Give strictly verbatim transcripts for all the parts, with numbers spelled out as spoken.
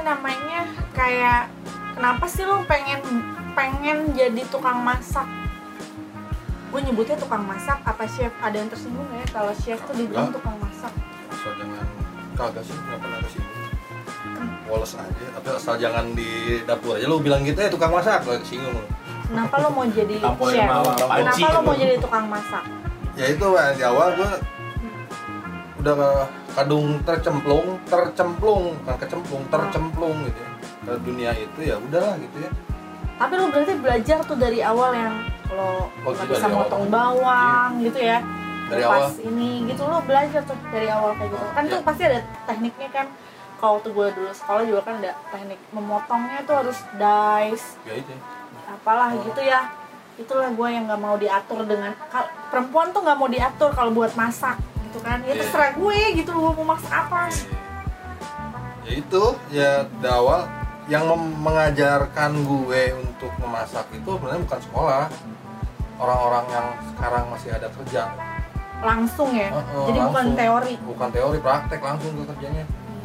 namanya kayak kenapa sih lo pengen pengen jadi tukang masak? Gue nyebutnya tukang masak apa chef? Ada yang tersinggung nggak ya kalau chef tuh dibilang tukang masak? Asal jangan kagak sih, nggak pernah kesini. Woles aja, tapi asal jangan di dapur aja lo bilang gitu ya tukang masak, lo kesinggung lo. Kenapa lo mau jadi Tampol chef? yang mau, Kenapa lo mau jadi tukang masak? Ya itu di awal gue udah kadung tercemplung, tercemplung, bukan kecemplung, tercemplung gitu ya ke dunia itu, ya udahlah gitu ya. Tapi lo berarti belajar tuh dari awal yang lo Oh, nggak gitu, bisa dari motong awal. bawang gitu ya. Dari Pas awal. ini gitu lo belajar tuh dari awal kayak gitu. Kan Ya. tuh pasti ada tekniknya kan. Kalau waktu gue dulu sekolah juga kan ada teknik memotongnya tuh harus dice, Ya itu. apalah Oh. gitu ya. Itulah gue yang nggak mau diatur dengan kal- perempuan tuh nggak mau diatur kalau buat masak gitu kan. Ya Iya. terserah gue gitu lo mau masak apa. Ya itu ya di awal yang mem- mengajarkan gue untuk memasak itu sebenarnya bukan sekolah, orang-orang yang sekarang masih ada kerja. Langsung ya. Oh, oh, Jadi bukan langsung. teori. Bukan teori, praktek langsung ke kerjanya.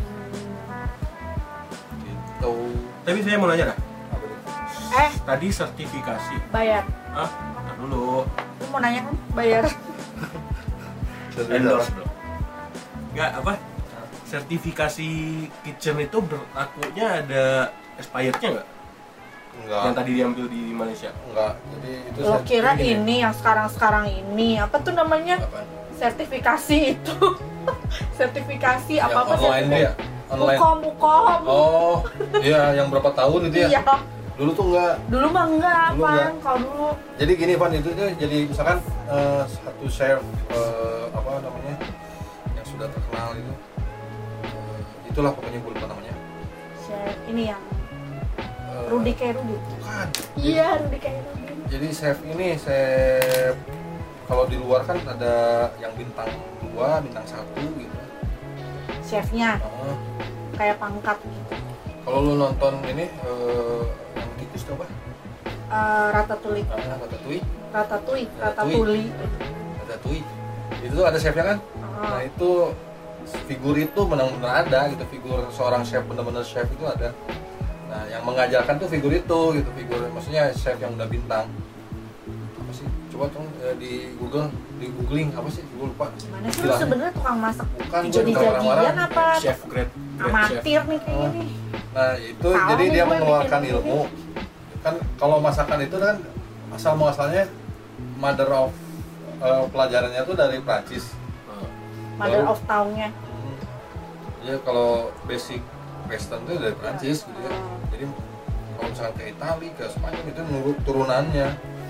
Gitu. Tapi saya mau nanya dah. Apa itu? Eh Tadi sertifikasi. bayar. Ah, ntar dulu. Lu mau nanya kan bayar. Endorse bro. Enggak apa? Sertifikasi kitchen itu berlakunya ada expirednya nggak? Enggak. Yang tadi diambil di Malaysia. Enggak. Jadi itu Lo saya- kira gini. ini yang sekarang-sekarang ini apa tuh namanya? Apaan? Sertifikasi itu. Sertifikasi Yang apa-apa online sertifikasi. dia. Online. Bukom, bukom. Oh, iya yang berapa tahun itu ya? Iya. Dulu tuh enggak. Dulu mah enggak, Dulu Bang. enggak. Kalau dulu Jadi gini Van, itu tuh jadi misalkan eh, satu chef eh, apa namanya yang sudah terkenal itu, eh, itulah pokoknya gue lupa namanya. chef ini yang Eh, Rudy kayak Rudy. Bukan. Iya, Rudy kayak Rudy. Jadi chef ini chef kalau di luar kan ada yang bintang dua, bintang satu gitu. Chefnya Nah, kayak pangkat gitu. kalau lu nonton ini eh, yang tikus tuh apa? Eh, Ratatouille. Nah, Ratatouille, Ratatouille, Ratatouille. Ratatouille. Ratatouille. Itu tuh ada chefnya kan? Nah Ah. itu figur itu benar-benar ada gitu, figur seorang chef benar-benar chef itu ada. Nah yang mengajarkan tuh figur itu gitu, figur maksudnya chef yang udah bintang. Apa sih? Coba dong eh, di Google, di googling apa sih? Gue lupa. Gimana sih lu Istilahnya. sebenarnya tukang masak? Bukan, gue Jadi tukang jadian orang-orang. apa? Chef grade, grade chef. Amatir nih kayaknya Oh. nih. Nah itu Tahu jadi nih dia gue mengeluarkan bikin ilmu. Kan kalau masakan itu kan asal muasalnya mother of eh, pelajarannya tuh dari Prancis. Ah. Mother Baru- of Town-nya. Hmm. Ya kalau basic Western itu dari Prancis gitu ya. Hmm. Jadi kalau misalkan ke Italia, ke Spanyol itu nurut turunannya.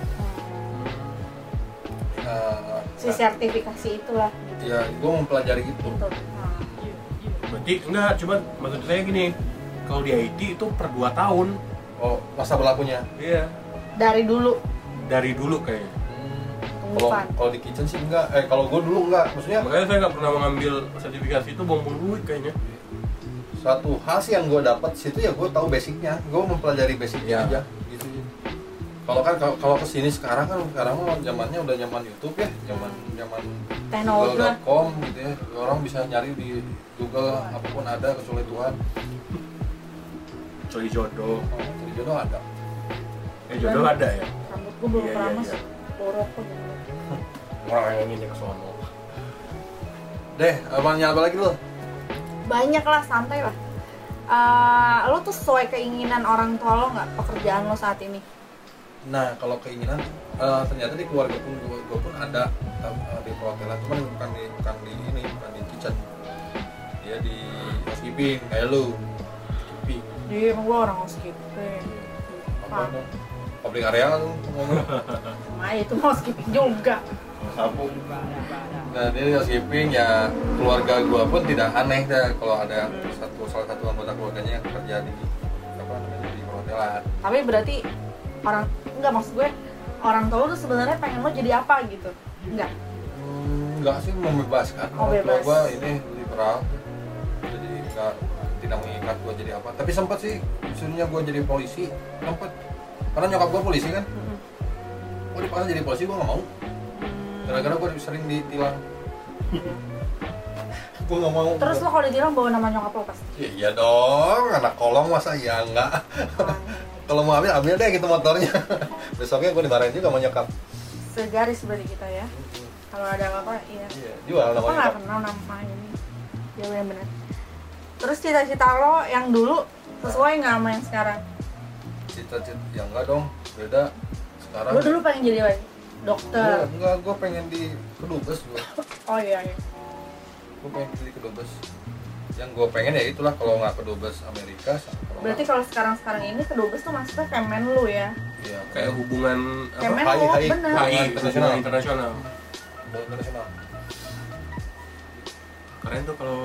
Nah, Si sertifikasi itulah. ya gue mempelajari itu. Gitu. Nah. Berarti enggak, cuma maksud saya gini. Kalau di I T itu per dua tahun. Oh masa berlakunya. Iya. Dari dulu Dari dulu kayaknya. Hmm. Kalau tungguan. kalau di kitchen sih enggak. Eh kalau gue dulu enggak. Maksudnya Makanya saya nggak pernah mengambil sertifikasi itu buang-buang duit kayaknya. satu hal sih yang gue dapat situ ya gue tahu basicnya. Gue mempelajari basicnya Iya. aja. Gitu. Kalau kan kalau- kalau kesini sekarang kan sekarang mah zamannya udah zaman YouTube ya, zaman zaman Teknologi google lah. dot com gitu ya. Orang bisa nyari di Google apapun ada kecuali Tuhan. Kecuali jodoh. Oh, jadi jodoh ada. Eh jodoh ada ya. Rambut gue belum Iya, iya, keramas. iya. Borok kok. Orang yang inginnya ke sono. Deh, apanya apa lagi lo? Banyak lah, santai lah. Eh, lo tuh sesuai keinginan orang tua lo nggak pekerjaan lo saat ini? Nah, kalau keinginan eh, ternyata di keluarga pun gue, gue pun ada eh, di perhotelan, cuman bukan di bukan di ini, bukan di kitchen. Dia di housekeeping kayak lu. Housekeeping. Iya, gue orang housekeeping. Apa dong? Public area lu ngomong. Nah, itu mau housekeeping juga. Sabung. Nah, dia di housekeeping ya, keluarga gue pun tidak aneh dah kalau ada satu salah satu anggota keluarganya yang kerja di apa namanya di perhotelan. Tapi berarti orang enggak, maksud gue orang tua lo tuh sebenarnya pengen lo jadi apa gitu? Enggak. Hmm, enggak sih, membebaskan. Oh, Orang tua bebas. gua ini liberal, jadi enggak tidak mengikat gua jadi apa. Tapi sempat sih disuruhnya gua jadi polisi, sempat. Karena nyokap gua polisi kan. Mm-mm. Gua dipaksa jadi polisi, gua nggak mau. Gara-gara gua sering ditilang. Gue nggak mau. Terus lo kalau ditilang bawa nama nyokap lo pasti? Ya, iya dong, anak kolong masa iya enggak. Oh, Kalau mau ambil, ambil deh gitu motornya. Besoknya gue dimarahin juga sama nyokap. segaris berarti kita ya. Kalau ada apa-apa, iya. Iya, jual nama Apa nggak nyokap. kenal nama ini? Ya benar-benar. Terus cita-cita lo yang dulu sesuai nggak sama yang sekarang? Cita-cita, ya enggak dong, beda. Sekarang. Lo dulu pengen jadi apa? Dokter. Gua, enggak, gue pengen di kedubes gue. Oh iya iya. Gue pengen jadi kedubes. Yang gue pengen ya itulah, kalau nggak kedubes Amerika. Kalau Berarti kalau sekarang-sekarang ini kedubes tuh maksudnya Kemen lu ya? Iya, Kayak hubungan apa? Kemen H I, lu, H I. bener. H I, internasional. hubungan internasional. Hubungan internasional. Keren tuh kalau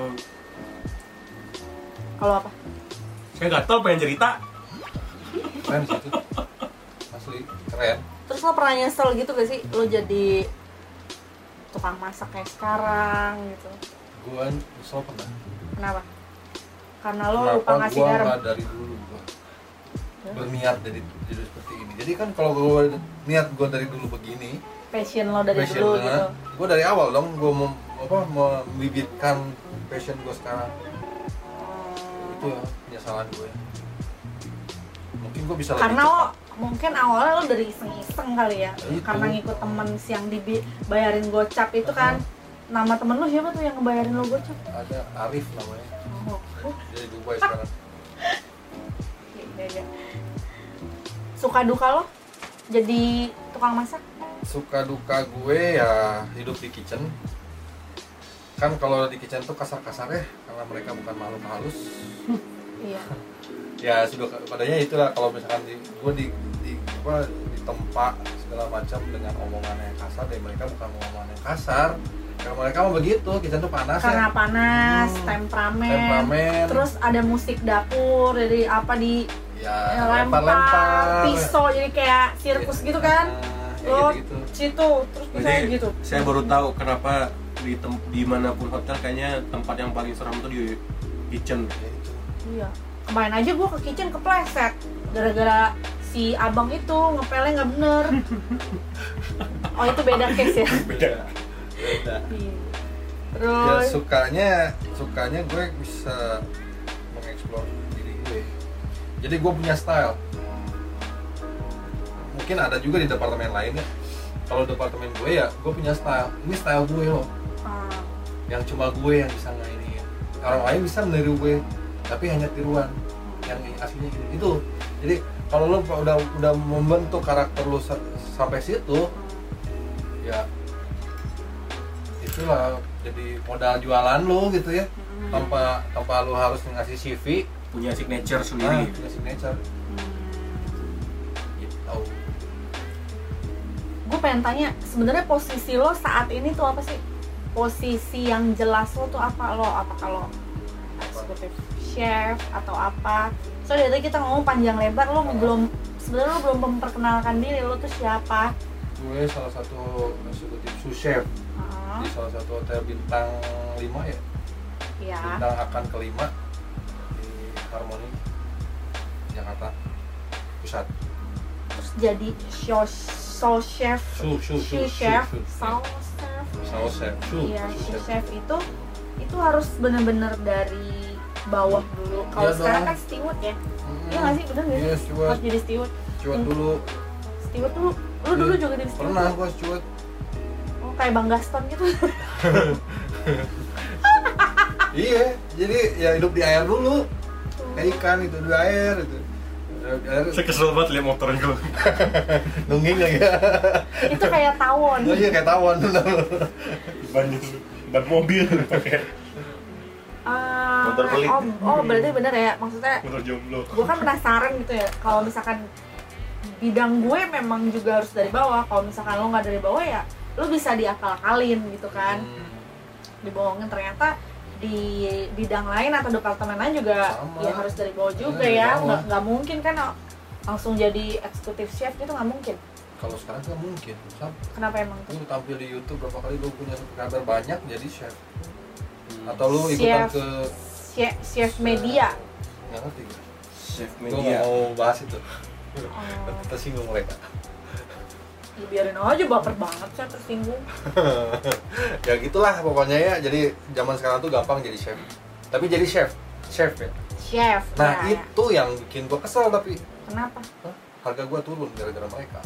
Kalau apa? saya gatel pengen cerita. Keren sih itu. Asli keren. Terus lo pernah nyesel gitu gak sih? Lo jadi tukang masak kayak sekarang gitu? Gue nyesel pernah. Kenapa? Karena lo Kenapa lupa ngasih gua garam. nggak dari dulu gua berniat jadi jadi seperti ini. Jadi kan kalau gue niat gue dari dulu begini, Passion lo dari passion dulu gua, gitu. gue dari awal dong gue mau apa membibitkan passion gue sekarang. Itu ya penyesalan gue. Mungkin gue bisa Karena lebih lo cepat. mungkin awalnya lo dari iseng-iseng kali ya. Itu. Karena ngikut temen yang dibayarin gocap itu kan. Nama temen lo siapa tuh yang ngebayarin lo gocap? Ada Arif namanya. Oh, Jadi Dubai sekarang. iya, iya. Suka duka lo jadi tukang masak? Suka duka gue ya hidup di kitchen. Kan kalau di kitchen tuh kasar-kasar ya, karena mereka bukan makhluk halus. Iya. Ya sudah padanya itulah, kalau misalkan di, gue di, di apa ditempa segala macam dengan omongan yang kasar, dan mereka bukan omongan yang kasar. Karena mereka mau begitu, kitchen tuh panas Karena ya. panas, Hmm, temperamen, temperamen. terus ada musik dapur, jadi apa di Ya, ya, lempar, lempar-lempar. pisau jadi kayak sirkus gitu kan. Nah, Lo ya gitu-gitu. situ, terus pisaunya Jadi gitu. saya baru tahu kenapa di tem dimanapun hotel kayaknya tempat yang paling seram tuh di kitchen. Ya, itu. Iya. Kemarin aja gua ke kitchen kepleset gara-gara si abang itu ngepelnya nggak bener. Oh itu beda case ya. Beda. Beda. Iya. Ya Terus sukanya, sukanya gue bisa mengeksplor diri gue. Jadi gue punya style. Mungkin ada juga di departemen lain ya. Kalau departemen gue ya, gue punya style. Ini style gue loh. ah, Yang cuma gue yang bisa nggak ini. Orang lain bisa meniru gue, tapi hanya tiruan. Yang aslinya ini itu. Jadi kalau lo udah udah membentuk karakter lo sa- sampai situ, ya itulah jadi modal jualan lo gitu ya. hmm, Tanpa tanpa lo harus ngasih C V. Punya signature Nah, sendiri. punya signature gitu. gue pengen tanya sebenarnya posisi lo saat ini tuh apa sih? Posisi yang jelas lo tuh apa lo? Apa kalau eksekutif chef atau apa? Soalnya dari tadi kita ngomong panjang lebar, lo belum sebenarnya lo belum memperkenalkan diri lo tuh siapa? Gue salah satu eksekutif sous chef Ah, di salah satu hotel bintang lima ya, iya. bintang akan kelima di Harmoni Jakarta Pusat. Terus jadi show show chef, Sous sous show sous chef, sous show chef. sous chef sous Iya, sous show chef. chef itu itu harus bener-bener dari bawah dulu. Kalau Iya sekarang dong. kan steward ya. Mm-mm. Iya nggak sih, bener nggak sih? Iya, steward. Harus jadi steward. Steward dulu. Steward dulu, lu dulu juga jadi steward. Pernah gue steward. Oh kayak Bang Gaston gitu. Iya, jadi ya hidup di air dulu. Kayak ikan itu di air itu. Di air Saya kesel banget lihat motornya gue. nungging lagi ya. Itu kayak tawon. Oh iya kayak tawon benar. Ban ban mobil pakai Ah, Motor pelit. oh, oh berarti bener ya, maksudnya motor jomblo. gue kan penasaran gitu ya, kalau misalkan bidang gue memang juga harus dari bawah. Kalau misalkan lo nggak dari bawah ya lo bisa diakal-akalin gitu kan, Hmm. dibohongin. Ternyata di bidang lain atau departemen lain juga Sama. ya harus dari bawah juga dari ya. bawah. Nggak nggak mungkin kan langsung jadi eksekutif chef gitu, nggak mungkin. Kalau sekarang nggak mungkin. Sam, Kenapa emang tuh? lu tampil di YouTube berapa kali lu punya subscriber banyak jadi chef. Atau lu ikutan Chef. ke Chef, chef media. nggak ngerti gue. Chef Gue media. mau bahas itu. Oh. Nanti tersinggung mereka. Ya, biarin aja, baper banget saya tersinggung. Ya gitulah pokoknya ya. Jadi zaman sekarang tuh gampang jadi chef. Tapi jadi chef, chef ya. Chef. Nah ya, itu yang bikin gua kesel tapi Kenapa? Hah? Harga gua turun gara-gara mereka.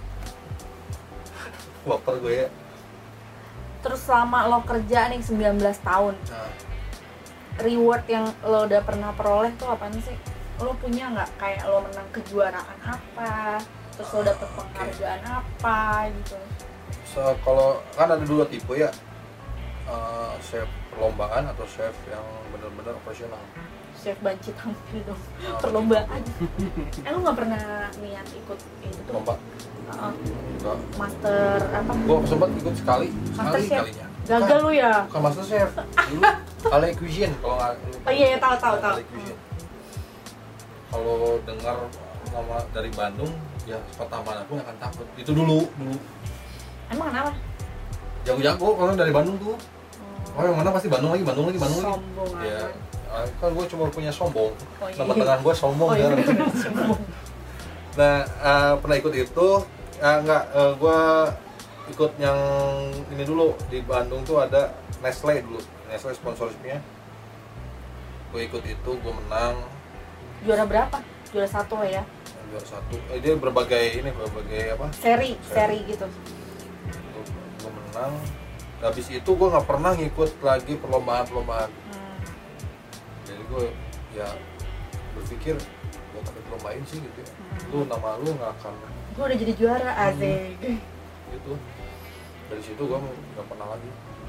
Baper gue ya. Terus selama lo kerja nih sembilan belas tahun, Nah, reward yang lo udah pernah peroleh tuh apaan sih? Lo punya nggak kayak lo menang kejuaraan apa? Terus lo dapet penghargaan apa gitu? so, kalau kan ada dua tipe ya, uh, chef perlombaan atau chef yang benar-benar operasional. Chef banci tampil dong, Nah, perlombaan. Eh lo nggak pernah niat ikut itu tuh? lomba Uh, enggak. master apa? Gue sempat ikut sekali, Master sekali chef. kalinya. Gagal lo ya? Bukan master chef, dulu Ale Cuisine kalau nggak. Oh iya, iya, tahu tahu tahu. Ale Cuisine. Kalau dengar nama dari Bandung, ya kota manapun akan takut. Itu dulu, dulu Emang kenapa? jago-jago orang dari Bandung tuh. Oh yang mana pasti Bandung lagi, Bandung lagi, Bandung lagi. Sombong Ya, amat. kan gue cuma punya sombong. Oh, iya. Nama tengah gue sombong. Oh iya, jarang. bener, sombong. Nah, uh, pernah ikut itu, uh, enggak, uh, gue ikut yang ini dulu di Bandung tuh ada Nestle dulu, Nestle sponsorshipnya. Gue ikut itu, gue menang. Juara berapa? Juara satu lah ya? Juara satu. Eh, dia berbagai ini, berbagai apa? Seri, seri gitu. Gue menang. Habis itu gue nggak pernah ngikut lagi perlombaan-perlombaan. Hmm. Jadi gue ya berpikir mau tapi perlombain sih gitu ya. Hmm. Lu nama lu nggak akan Gue udah jadi juara, asik. gitu. Dari situ gue nggak pernah lagi.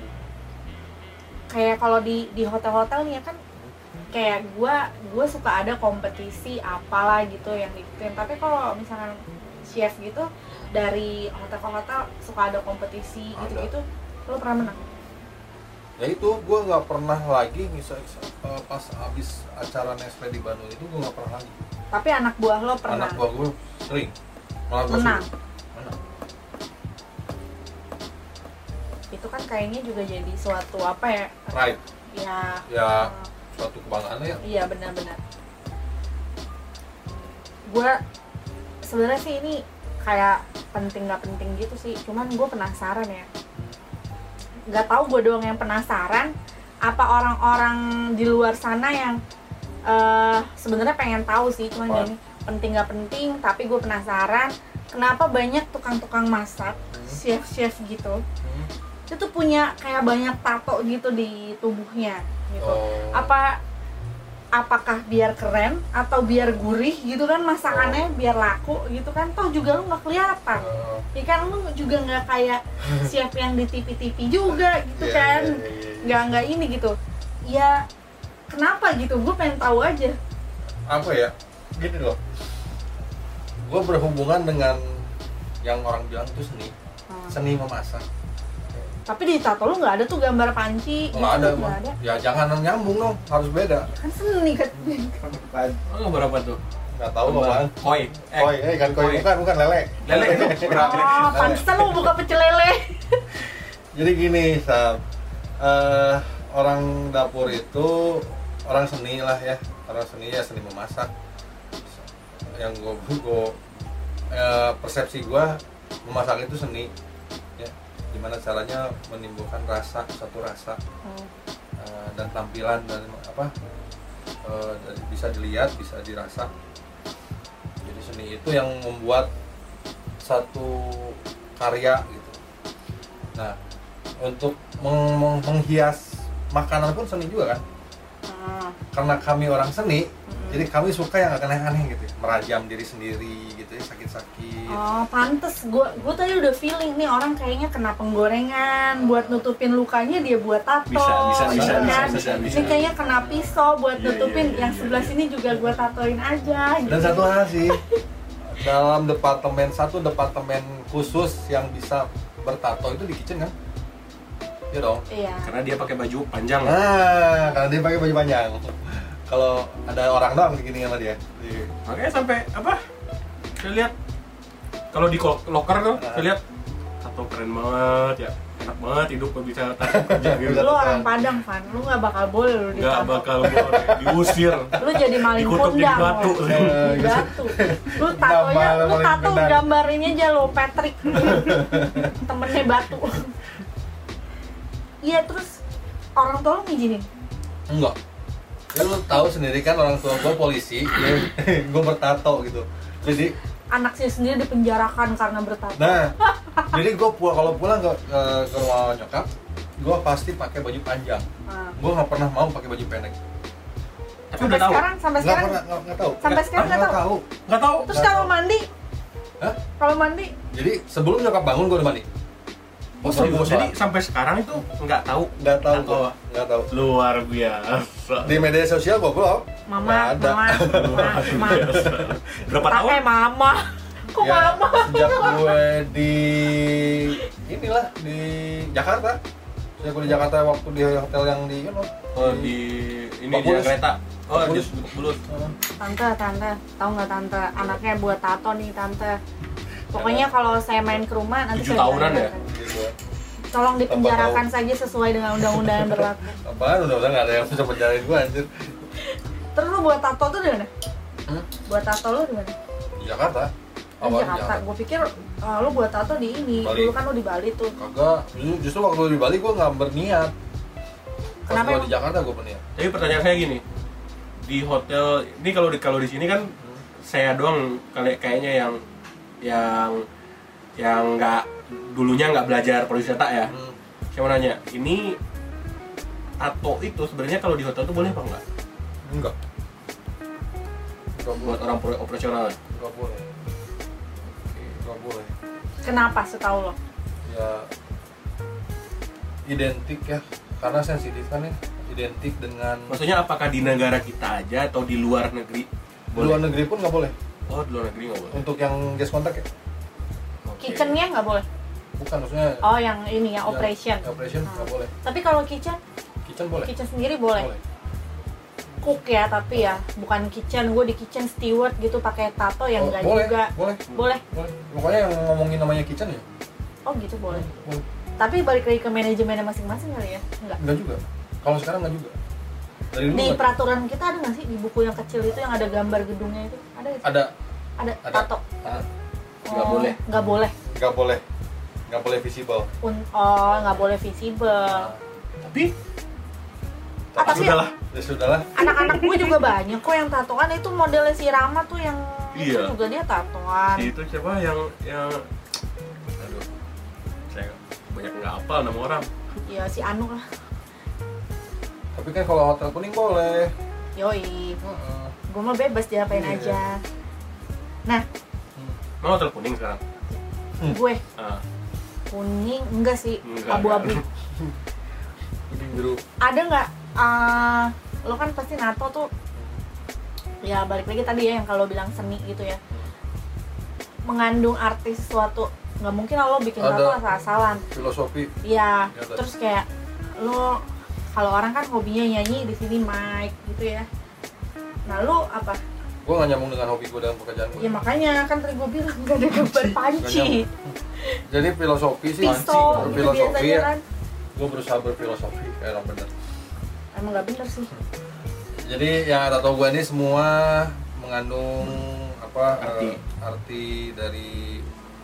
Kayak kalau di di hotel-hotel nih ya kan, kayak gue gue suka ada kompetisi apalah gitu yang diikutin. Tapi kalau misalkan chef gitu dari hotel ke hotel suka ada kompetisi Ada. gitu-gitu, lo pernah menang? Ya itu gue nggak pernah lagi misal uh, pas abis acara Nestle di Bandung itu gue nggak pernah lagi. Tapi anak buah lo pernah Anak buah gue sering malah gua menang. suruh. Menang. Itu kan kayaknya juga jadi suatu apa ya? Pride Ya. ya, eh, suatu kebanggaan ya. Iya benar-benar. Gue sebenarnya sih ini kayak penting nggak penting gitu sih. Cuman gue penasaran ya. Nggak tahu gue doang yang penasaran. Apa orang-orang di luar sana yang uh, sebenarnya pengen tahu sih. Cuman Apa? ini penting nggak penting. Tapi gue penasaran. Kenapa banyak tukang-tukang masak, Hmm. chef-chef gitu, Hmm. itu tuh punya kayak banyak tato gitu di tubuhnya gitu. Oh. Apa apakah biar keren atau biar gurih gitu kan masakannya, biar laku gitu kan, toh juga lu nggak kelihatan Uh, ya kan, lu juga nggak kayak chef yang di T V-T V juga gitu iya, kan, iya, iya, iya. nggak nggak ini gitu ya. Kenapa gitu, gue pengen tahu aja. Apa ya? Gini loh. Gue berhubungan dengan yang orang bilang itu seni, seni memasak. Tapi di tato lu nggak ada tuh gambar panci gitu, Nggak ada, nggak Bang. ada Ya jangan nyambung dong, harus beda. kan seni kan. Oh, berapa tuh? Nggak tahu apaan. Koi. Koi, eh kan koi, koi. bukan, bukan lele. Lele itu. Oh, pantesan lu buka pecel lele. Jadi gini, Sam. Eh, orang dapur itu orang seni lah ya, orang seni ya seni memasak. Yang gue, gue eh, persepsi gue memasak itu seni, ya. Gimana caranya menimbulkan rasa, satu rasa eh, dan tampilan dan apa eh, dari- bisa dilihat, bisa dirasa. Jadi seni itu yang membuat satu karya gitu. Nah, untuk meng- meng- menghias makanan pun seni juga kan, Ah, karena kami orang seni, mm-mm. jadi kami suka yang aneh-aneh gitu, merajam diri sendiri gitu ya, sakit-sakit. Oh, pantes. Gue gue tadi udah feeling nih orang kayaknya kena penggorengan, buat nutupin lukanya dia buat tato. Bisa, bisa, gitu bisa, kan. bisa, bisa, bisa. Ini kayaknya kena pisau buat Iya, nutupin. iya, iya, Yang iya, sebelah iya. sini juga gue tatoin aja. Gitu. Dan satu hal sih, dalam departemen satu departemen khusus yang bisa bertato itu di kitchen kan, ya dong. Iya. Karena dia pakai baju panjang. Nah, karena dia pakai baju panjang. Kalau ada orang doang begini sama dia. Di- Makanya sampai apa? Saya lihat kalau di ko- loker tuh, Ah. saya lihat tato keren banget ya. enak banget hidup gak bisa tato kerja gitu. Lu orang Padang, Van. Lu nggak bakal boleh lu Nggak ditato. bakal boleh, diusir. Lu jadi maling Dikutuk jadi kondang. batu. lo. Di batu. Lu tatonya, Nama lu maling tato kondang. gambar ini aja lo, Patrick. Temennya batu. Iya, terus orang tua lu ngizinin? Enggak. Ya lu tahu sendiri kan orang tua gua polisi, ya, gua bertato gitu. Jadi Anaknya sendiri dipenjarakan karena bertato. nah, jadi gua pulang kalau pulang ke, ke, ke rumah nyokap, gua pasti pakai baju panjang. Nah. Gua nggak pernah mau pakai baju pendek. Tapi Sampai udah tahu. sekarang, sampai Nggak sekarang. pernah, nggak nggak tahu. Sampai sekarang nggak Nggak tahu. Nggak tahu. Terus Nggak kalau tahu. mandi, Hah? kalau mandi, Jadi sebelum nyokap bangun gua udah mandi. Oh, Baru gua serius? Jadi sholat. sampai sekarang itu nggak tahu. nggak tahu Tato. gua, nggak tahu. Luar biasa. Di media sosial gua belum. mama, Nggak ada. mama, mama, mama. Berapa tahun? Pakai mama. Kok Ya, mama? sejak gue di inilah di Jakarta. Sejak gue di Jakarta waktu di hotel yang di you know, Oh, di ini Pak di Bulus. kereta. Oh, di Bulus. Bulus. Tante, tante, tahu nggak tante? Anaknya buat tato nih tante. Pokoknya kalau saya main ke rumah nanti Tujuh saya tahunan bilang, ya? gitu. Tolong dipenjarakan saja sesuai dengan undang-undang yang berlaku. Apaan udah udah nggak ada yang bisa penjarain gue anjir. Terus lu buat tato tuh di mana? Hmm? Buat tato lu di mana? Di Jakarta. Di Awalnya Jakarta. Gue pikir uh, lu buat tato di ini. Bali. Dulu kan lu di Bali tuh. Kagak, justru, justru waktu di Bali gue nggak berniat. Pas Kenapa gue emang? di Jakarta gue berniat. Tapi pertanyaan saya gini. Di hotel ini kalau di kalau di sini kan saya doang kali kayaknya yang yang yang nggak dulunya nggak belajar pariwisata ya. Hmm. Saya mau nanya, ini tato itu sebenarnya kalau di hotel tuh boleh apa enggak? Enggak. Enggak Buat boleh. orang pro- operasional. Enggak boleh. Enggak boleh. Kenapa setahu lo? Ya identik ya, karena sensitif kan ya, identik dengan Maksudnya apakah di negara kita aja atau di luar negeri? di luar negeri pun nggak boleh. Oh, di luar negeri nggak boleh. Untuk yang guest contact ya, Oke. Kitchennya nggak boleh. bukan maksudnya. Oh, yang ini ya, yang- operation. yang operation nggak Hmm. boleh. Tapi kalau kitchen, Kitchen boleh. kitchen sendiri boleh. Boleh. Cook ya, tapi ya bukan kitchen. Gue di kitchen steward gitu pakai tato yang Oh, enggak boleh, juga. boleh, Boleh. boleh. Pokoknya yang ngomongin namanya kitchen ya, Oh gitu boleh. boleh. Tapi balik lagi ke manajemennya masing-masing kali ya? Enggak. Enggak juga. Kalau sekarang enggak juga. Dari dulu Di nggak- peraturan kita ada nggak sih di buku yang kecil itu yang ada gambar gedungnya itu? Ada nggak sih? ada Ada, ada. tato. Ah, Nggak Oh, boleh. Nggak boleh. nggak boleh. Nggak boleh visible. Un- oh, nggak boleh visible. Nah, Tapi Ah, tapi sudahlah. ya sudahlah. anak-anak gue juga banyak kok yang tatoan. Itu modelnya si Rama tuh yang itu Iya. juga dia tatoan. Si itu siapa yang yang aduh. Saya banyak nggak hafal nama orang. Ya si Anu lah. Tapi kan kalau hotel kuning boleh. Yoi. Heeh. Gue mah bebas diapain Iya. aja. Nah, Mau hotel kuning sekarang? Hmm. gue Ah, kuning enggak sih, Enggak, abu-abu. enggak. Kuning biru. Ada nggak? ah, lo kan pasti nato tuh. Ya balik lagi tadi ya yang kalau bilang seni gitu ya. Mengandung arti sesuatu. Nggak mungkin lah lo bikin Ada. tato asal-asalan. Filosofi. Iya. Ya, ada. Terus kayak lo kalau orang kan hobinya nyanyi, di sini mic gitu ya. Nah lo apa? Gue nggak nyambung dengan hobi gue dalam pekerjaan gue. Ya makanya kan tadi gue bilang gak ada gambar panci, Jadi filosofi sih. pisau gitu Filosofi biasanya ya. kan. Gue berusaha berfilosofi kayak orang bener. Emang gak bener sih. Jadi yang tato gue ini semua mengandung apa Arti. eh, arti dari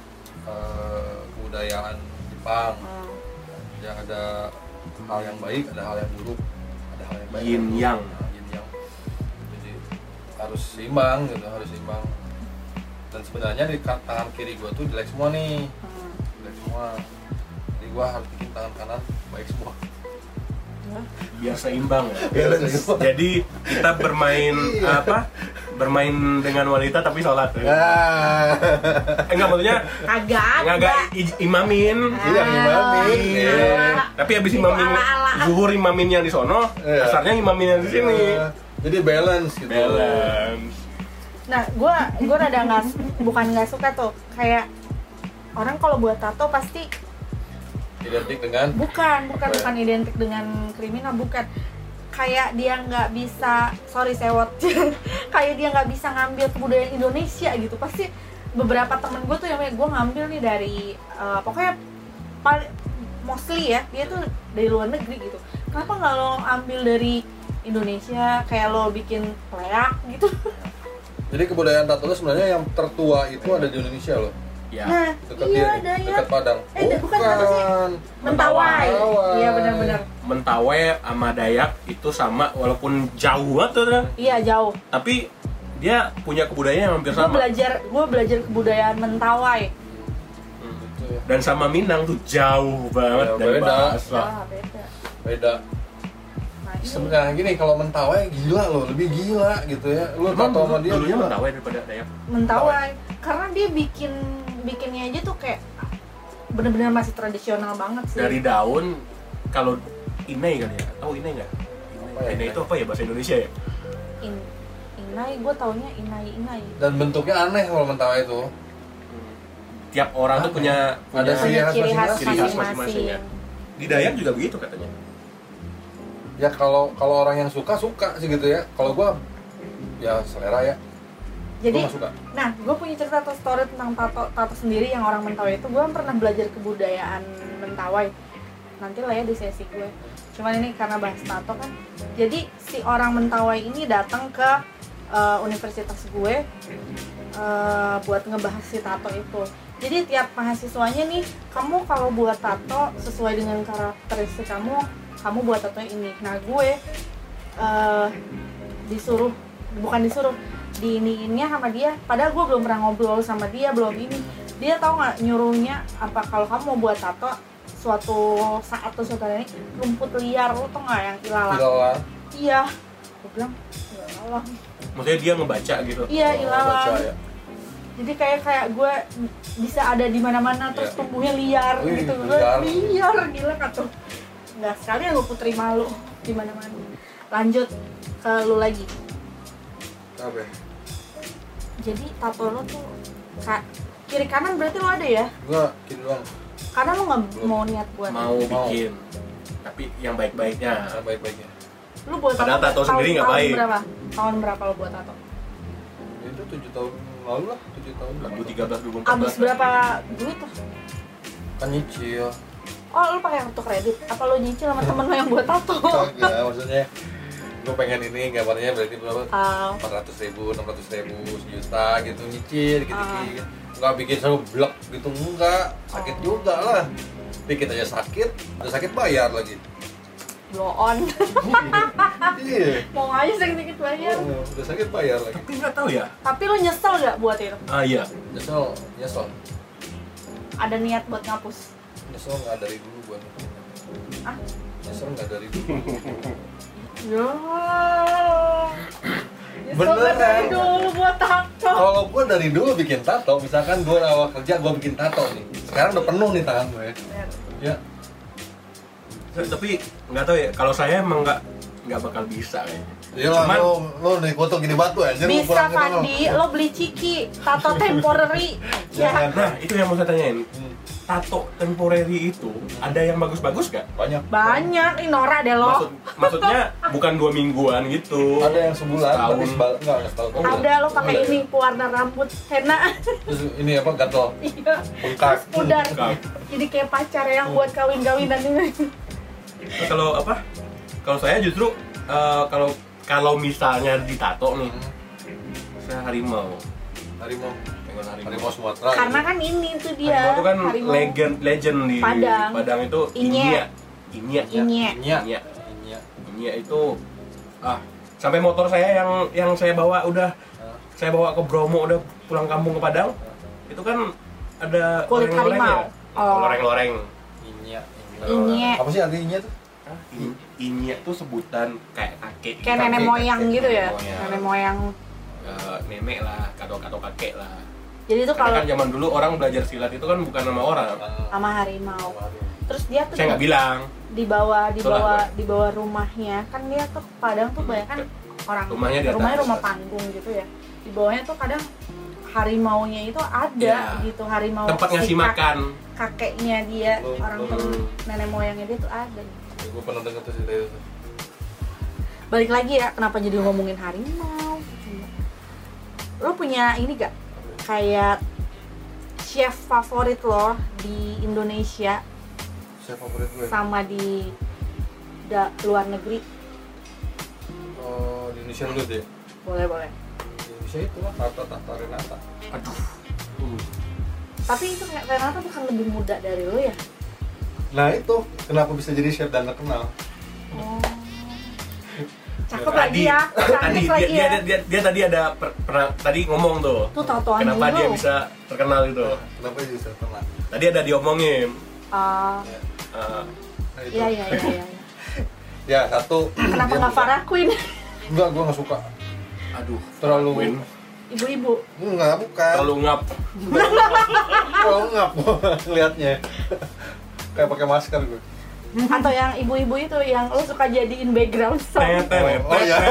eh, kebudayaan Jepang. Hmm. Yang ada hal yang baik, ada hal yang buruk, ada hal yang baik. Yin ada yang. Nah, yin yang. Jadi harus seimbang gitu, harus seimbang. Dan sebenarnya di ka- tangan kiri gue tuh jelek semua nih, Hmm. jelek semua. Jadi gue harus bikin tangan kanan baik semua. Ya. Biar seimbang ya. Biar seimbang. Jadi kita bermain apa? Bermain dengan wanita tapi sholat. Ya. Ah. Eh, enggak maksudnya Kagak enggak ada. enggak i- imamin. Iya, imamin. Iya. Iya. Tapi abis Itu imamin ala-ala. zuhur imamin yang di sono, Iya. asarnya imamin yang di sini. Eh, Jadi balance gitu. Balance. Nah, gue gue rada nggak bukan nggak suka tuh kayak orang kalau buat tato pasti Identik dengan bukan bukan Apa ya? bukan identik dengan kriminal, bukan kayak dia nggak bisa, sorry sewot, kayak dia nggak bisa ngambil kebudayaan Indonesia gitu. Pasti beberapa temen gue tuh yang kayak gue ngambil nih dari eh, pokoknya paling mostly ya dia tuh dari luar negeri gitu. Kenapa nggak lo ambil dari Indonesia, kayak lo bikin leak gitu? Jadi kebudayaan tato sebenarnya yang tertua itu ada di Indonesia loh. Ya. Nah, Dekat iya dia, Dayak. dekat Padang. Eh, bukan apa sih? Mentawai. Mentawai. Iya benar-benar. Mentawai sama Dayak itu sama walaupun jauh banget tuh, Iya jauh. tapi dia punya kebudayaan yang hampir Gue sama. belajar, gue belajar kebudayaan Mentawai. Hmm. Gitu ya. Dan sama Minang tuh jauh banget Ya, dari beda. bahasa. Wah beda. Beda. Nah, ini Sebenarnya gini, kalau Mentawai gila loh, lebih gila gitu ya. Lu Emang tato sama dulu- dia dulunya gila. Mentawai daripada Dayak. Mentawai. Karena dia bikin bikinnya aja tuh kayak bener-bener masih tradisional banget sih. Dari daun, kalau inai kan ya, tahu inai nggak? Apa ya, Inai inai? itu apa ya bahasa Indonesia ya? In, inai, gue taunya inai inai. Dan bentuknya aneh kalau Mentawai itu. Tiap orang tuh Apa punya Ada punya ciri khas ciri khas masing-masing. Ciri khas masing-masing. masing-masing ya. Di Dayak juga begitu katanya. Ya kalau kalau orang yang suka suka sih gitu ya. Kalau gua ya selera ya. Jadi, Gua nggak suka. nah gue punya cerita atau story tentang tato tato sendiri yang orang Mentawai itu. Gue pernah belajar kebudayaan Mentawai. Nanti lah ya di sesi gue. Cuman ini karena bahas tato kan. Jadi si orang Mentawai ini datang ke uh, universitas gue uh, buat ngebahas si tato itu. Jadi tiap mahasiswanya nih, kamu kalau buat tato sesuai dengan karakteristik kamu, kamu buat tato ini. Nah gue uh, disuruh, bukan disuruh, diiniinnya sama dia. Padahal gue belum pernah ngobrol sama dia, belum ini. Dia tahu nggak nyuruhnya apa kalau kamu mau buat tato suatu saat atau suatu hari ini rumput liar, lo tau nggak yang ilalang? Ilalang. Iya. Gue bilang ilalang. Maksudnya dia ngebaca gitu. Iya Oh, ilalang. baca ya. Jadi kayak kayak gue bisa ada di mana-mana terus Iya. tumbuhnya liar Wih, gitu. Gue liar. liar gila kan tuh. Nggak sekali lu putri malu di mana-mana. Lanjut ke lu lagi. Apa ya? Jadi tato lo tuh ka- kiri kanan berarti lo ada ya? Gua kiri doang. Karena lo nggak Belum. mau niat buat. Mau Mau. bikin, tapi yang baik-baiknya. Yang baik-baiknya. Lu buat Padahal tato tahun- sendiri nggak tahun baik. Berapa? Tahun berapa lo buat tato? Itu tujuh tahun lalu lah, tujuh tahun. dua ribu tiga belas dua ribu empat belas. Abis berapa duit tuh? Kan nyicil. Oh lu pakai kartu kredit? Apa lo nyicil sama temen lo yang buat tato? Kagak, maksudnya gue pengen ini gambarnya berarti berapa? Ah, empat ratus ribu, enam ratus ribu, sejuta gitu, nyicil gitu Ah. gitu. Nggak bikin selalu blek gitu, enggak. Sakit Oh. juga lah. Dikit aja sakit, udah sakit bayar lagi. blow on. Iya. Mau aja sedikit bayar. Oh, udah sakit bayar lagi. Tapi nggak tahu ya. Tapi lo nyesel nggak buat itu? Ah iya. Nyesel, nyesel. Ada niat buat ngapus? Nyesel nggak dari dulu gua. Ah? Nyesel nggak dari dulu. Ya. Nyesel Beneran. nggak dari dulu buat tato. Kalau gua dari dulu bikin tato, misalkan gua awal kerja gua bikin tato nih. Sekarang udah penuh nih tangan gue. Ya. Tapi nggak tahu ya. Kalau saya emang nggak nggak bakal bisa kayaknya. Iya lah, Cuman- lo, lo nih foto gini batu aja lu Bisa pulang ke Fandi, lo beli ciki, tato temporary. Jangan. Ya, Nah itu yang mau saya tanyain. Hmm, Tato temporary itu ada yang bagus-bagus gak? banyak. banyak nih Nora deh lo. Maksud, maksudnya bukan dua mingguan gitu. Ada yang sebulan, Setahun. tapi sebal, enggak, enggak setahun. Oh, Ada lo pakai Ada. ini pewarna rambut henna. Terus ini apa, gatel, Iya. bengkak. Pudar. Bengkak. Jadi kayak pacar yang buat kawin-kawinan ini. Nah, kalau apa? Kalau saya justru eh, kalau kalau misalnya ditato nih, Hmm, saya harimau. Harimau, Pengen harimau. harimau Sumatera. Karena gitu. kan ini tuh dia. Harimau itu kan harimau. legend legend di Padang. Padang itu Inye. Inye. Inye. Inye. Inya, Inye. Inya. Inye itu ah sampai motor saya yang yang saya bawa udah Hah? saya bawa ke Bromo udah pulang kampung ke Padang. Itu kan ada Kulit loreng-lorengnya. harimau. Oh. Loreng-loreng. Inya, Inye. Apa sih arti Inya tuh? Ah, in- Inye tuh sebutan kayak kakek. Kayak nenek Kakek, moyang kakek, gitu ya. nenek moyang. Nenek moyang. Eh, nenek lah, kado-kado kakek lah. Jadi itu Karena kalau kan zaman dulu orang belajar silat itu kan bukan sama orang. Ah, sama harimau. harimau. Terus dia tuh Saya nggak bilang. di bawah di Itulah, bawah Boy. di bawah rumahnya kan dia tuh Padang tuh banyak kan orang Rumahnya di atas. rumahnya rumah panggung gitu ya, di bawahnya tuh kadang harimaunya itu ada Ya. gitu, harimau Tempat ngasih si kak- makan. kakeknya dia, Belum, orang belum. tuh nenek moyangnya dia tuh ada. Gue pernah denger tuh cerita itu. Balik lagi ya, kenapa jadi ngomongin harimau? Lo punya ini gak kayak chef favorit lo di Indonesia? chef favorit gue. sama di da, luar negeri? Oh, di Indonesia dulu deh. Boleh boleh. Di Indonesia itu lah Tata Tata Renata. Aduh. Uh. Tapi itu kayak Renata bukan lebih muda dari lo ya? Nah itu kenapa bisa jadi chef dan terkenal? Oh. Cakep Tadi, lagi ya, tadi cantik dia, lagi dia, ya. dia, dia, dia tadi ada per, pernah tadi ngomong tuh. Tuh tatoan Kenapa dulu. dia bisa terkenal itu? Kenapa dia bisa terkenal? Tadi ada diomongin. Ah, Ya, Uh, nah, itu. iya iya iya iya. Ya satu. Kenapa dia nggak muda. Farah Queen? Enggak, gue nggak suka. aduh, Terlalu. Win. Ibu-ibu. Enggak, bukan. Terlalu ngap. Terlalu ngap ngelihatnya. Kayak pakai masker gue. Atau yang ibu-ibu itu yang lo suka jadiin background song. Oh, oh ya.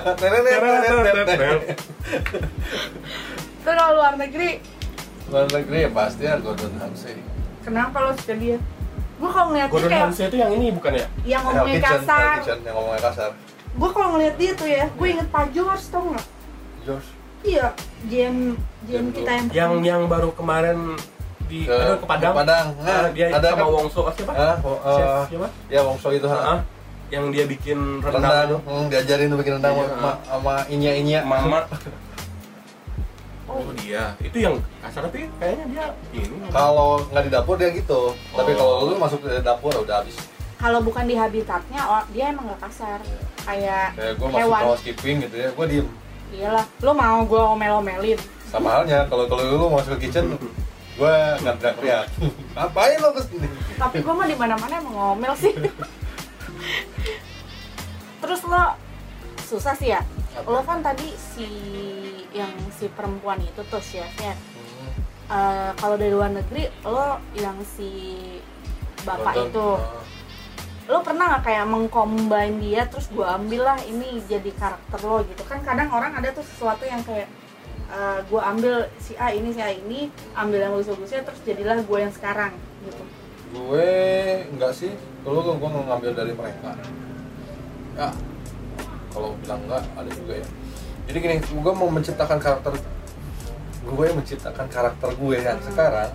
Itu kalau luar negeri, Luar negeri ya pasti ya Gordon Ramsay. kenapa lo suka dia? Gue kalau ngeliat dia Gordon kayak Ramsay itu yang ini bukan ya? yang ngomongnya Hell Kitchen, kasar. Hell Kitchen yang ngomongnya kasar. Gue kalau ngeliat dia tuh ya, gue inget Pak George, tau nggak? George. Iya, G M G M G M kita yang Yang yang baru kemarin di Ke, aduh, ke Padang. ke Padang. Ah, Nah, dia ada sama kan? Wongso oh, siapa? Ah, oh, Chef eh, siapa? ya Wongso itu ha. Ah, yang dia bikin Rendang rendang tuh, hmm, diajarin tuh bikin rendang Iya, sama, sama inya-inya. Mama. Oh. Oh dia, itu yang kasar tapi kayaknya dia ini. Kalau nggak di dapur dia gitu. Tapi Oh. kalau lu masuk ke dapur udah habis. kalau bukan di habitatnya, oh, dia emang gak kasar. Kayak Kayak gue masuk hewan. housekeeping gitu ya, gue diem. Iyalah, lo mau gue omel-omelin. Sama halnya kalau kalau lu masuk ke kitchen, gue nggak teriak-teriak. Ngapain lo kesini? Tapi gue mah di mana-mana emang ngomel sih. Terus lo susah sih ya. Lo kan tadi si yang si perempuan itu tuh chefnya. Hmm, Eh, kalau dari luar negeri, lo yang si bapak Gordon, itu, ah. lo pernah nggak kayak mengcombine dia terus gue ambil lah ini jadi karakter lo gitu kan? Kadang orang ada tuh sesuatu yang kayak uh, gue ambil si A ini si A ini, ambil yang bagus-bagusnya terus jadilah gue yang sekarang gitu. Gue enggak sih, kalau gue gue ngambil dari mereka. Ya, kalau bilang enggak ada juga ya. Jadi gini, gue mau menciptakan karakter gue menciptakan karakter gue yang sekarang.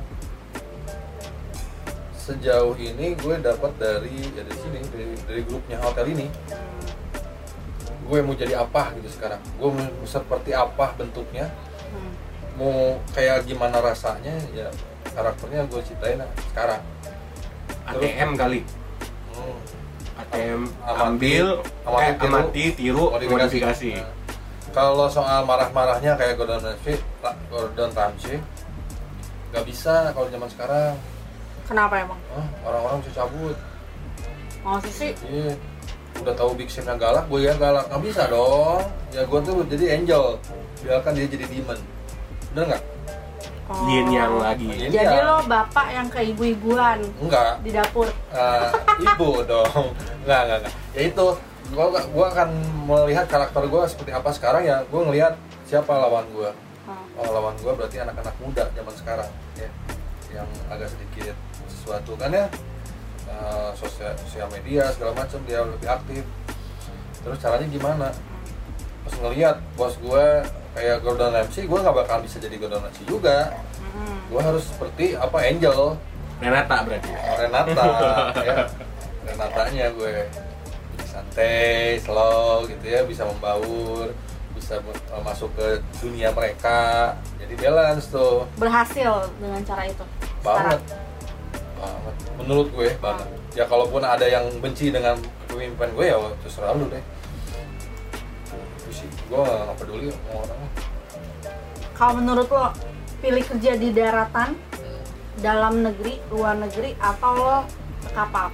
Sejauh ini gue dapat dari ya dari sini dari, dari grupnya hotel ini. Gue mau jadi apa gitu sekarang. Gue mau seperti apa bentuknya. Hmm. Mau kayak gimana rasanya ya karakternya gue ciptain sekarang. A T M kali. Hmm. A T M Amati, ambil, amati, eh, tiru, amati, tiru, modifikasi. Nah, kalau soal marah-marahnya kayak Gordon Ramsay, Gordon Ramsay nggak bisa kalau zaman sekarang. Kenapa emang? Oh, orang-orang bisa cabut. Mau sih? Iya. Udah tahu Big Chef-nya galak, gue ya galak. Nggak bisa dong. Ya gue tuh jadi angel. Biarkan dia jadi demon. Bener nggak? Oh. Yin yang lagi. Yin Jadi yang. lo bapak yang keibu-ibuan Enggak. di dapur. Uh, ibu dong. Enggak, enggak, enggak. Ya itu, gua gua akan melihat karakter gua seperti apa sekarang ya. Gua ngelihat siapa lawan gua. Oh. Oh, lawan gua berarti anak-anak muda zaman sekarang ya. Yang agak sedikit sesuatu kan ya. Uh, sosial, sosial media segala macam dia lebih aktif. Terus caranya gimana? Pas ngelihat bos gua kayak Gordon Ramsay, gua nggak bakal bisa jadi Gordon Ramsay juga. Hmm. Gua harus seperti apa Angel. Renata berarti. Renata ya. Renatanya gue santai, slow gitu ya, bisa membaur, bisa uh, masuk ke dunia mereka. Jadi balance tuh. Berhasil dengan cara itu. Banget. Sekarang. Banget. Menurut gue banget. Ya kalaupun ada yang benci dengan kepemimpinan gue ya terserah lu deh. Itu sih, gue gak peduli sama orang. Kalau menurut lo pilih kerja di daratan, dalam negeri, luar negeri, atau lo ke kapal?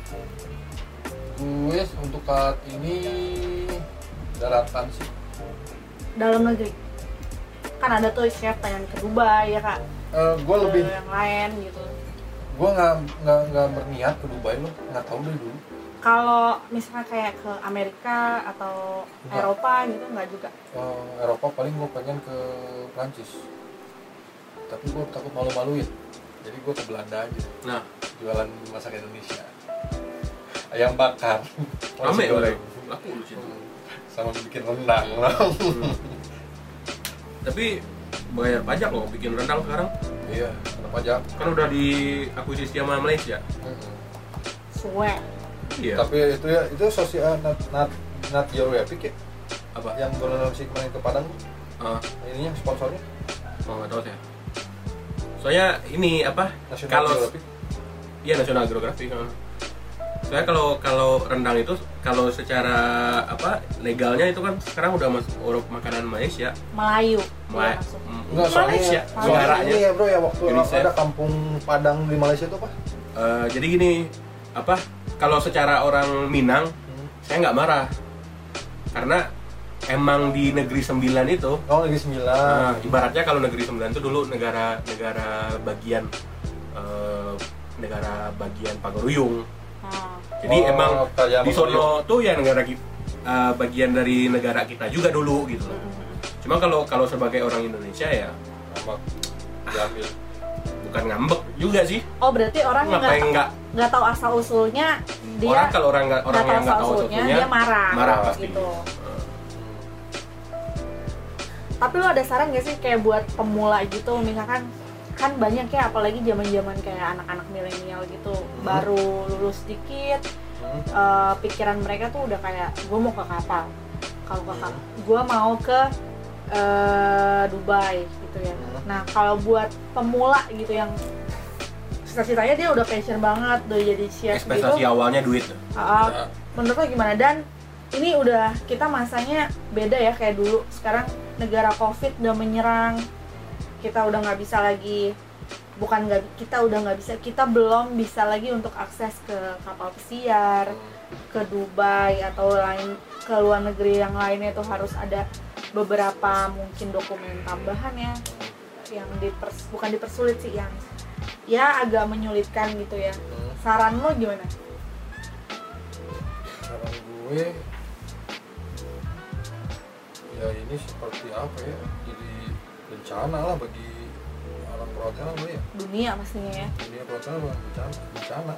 Gue untuk saat ini daratan sih. Dalam negeri. Kan ada tuh chef pengen ke Dubai ya kak. Uh, gue Ke lebih yang lain gitu. gue nggak nggak nggak berniat ke Dubai loh, nggak tahu deh dulu. Kalau misalnya kayak ke Amerika atau Enggak. Eropa gitu nggak juga. Uh, Eropa paling gue pengen ke Prancis, tapi gue takut malu-maluin, jadi gue ke Belanda aja Nah, jualan masak Indonesia, ayam bakar, rame nasi goreng, laku di situ. sama bikin rendang loh. Hmm. Tapi bayar pajak loh bikin rendang sekarang. Iya, kena pajak. Kan udah diakuisisi sama Malaysia. Mm-mm. suwe. Iya. Tapi itu ya itu sosial not not not geographic ya. Apa? Yang Borneo sih kemarin ke Padang Uh, ininya sponsornya oh nggak tahu saya. Soalnya ini apa? National Kalau Geographic. iya National Geographic. Uh. Soalnya kalau kalau rendang itu kalau secara apa legalnya itu kan sekarang udah masuk Eropa makanan Malaysia. Melayu. Malay- Dia masuk. M- Enggak, soalnya, Malaysia, soalnya negaranya. ini ya bro ya waktu UNICEF. ada kampung Padang di Malaysia itu apa? Uh, jadi gini, apa? Kalau secara orang Minang, Hmm. saya nggak marah, karena emang di negeri sembilan itu, Oh Negeri Sembilan. nah, ibaratnya kalau negeri sembilan itu dulu negara negara bagian uh, negara bagian Pagaruyung. Hmm. Jadi Oh, emang kayak di Pagaruyung. sono tuh ya negara ki- uh, bagian dari negara kita juga dulu gitu. Cuma kalau kalau sebagai orang Indonesia ya Ngambek, diambil. bukan ngambek juga sih. Oh berarti orang yang Ngapain nggak nggak nggak tahu asal usulnya dia orang kalau orang nggak orang nggak yang nggak tahu usulnya usulnya dia marah, marah pasti. gitu. Uh, Tapi lo ada saran gak sih kayak buat pemula gitu, misalkan kan banyak ya apalagi zaman-zaman kayak anak-anak milenial gitu baru lulus dikit, Hmm. eh, pikiran mereka tuh udah kayak gue mau ke kapal, kalau ke kapal gue mau ke eh, Dubai gitu ya. Hmm. Nah kalau buat pemula gitu yang cita-citanya dia udah passion banget udah jadi chef ekspektasi gitu, awalnya duit. uh, Ya. menurut lo gimana? Dan ini udah kita masanya beda ya kayak dulu. Sekarang negara covid udah menyerang, kita udah nggak bisa lagi, bukan nggak kita udah nggak bisa, kita belum bisa lagi untuk akses ke kapal pesiar, ke Dubai atau lain ke luar negeri yang lainnya itu harus ada beberapa mungkin dokumen tambahan ya yang dipers, bukan dipersulit sih, yang ya agak menyulitkan gitu ya. Hmm. Saran lo gimana? Saran gue ya ini seperti apa ya, jadi bencana lah bagi orang perhotelan gue ya, Dunia pastinya ya. dunia perhotelan bukan bencana, bencana.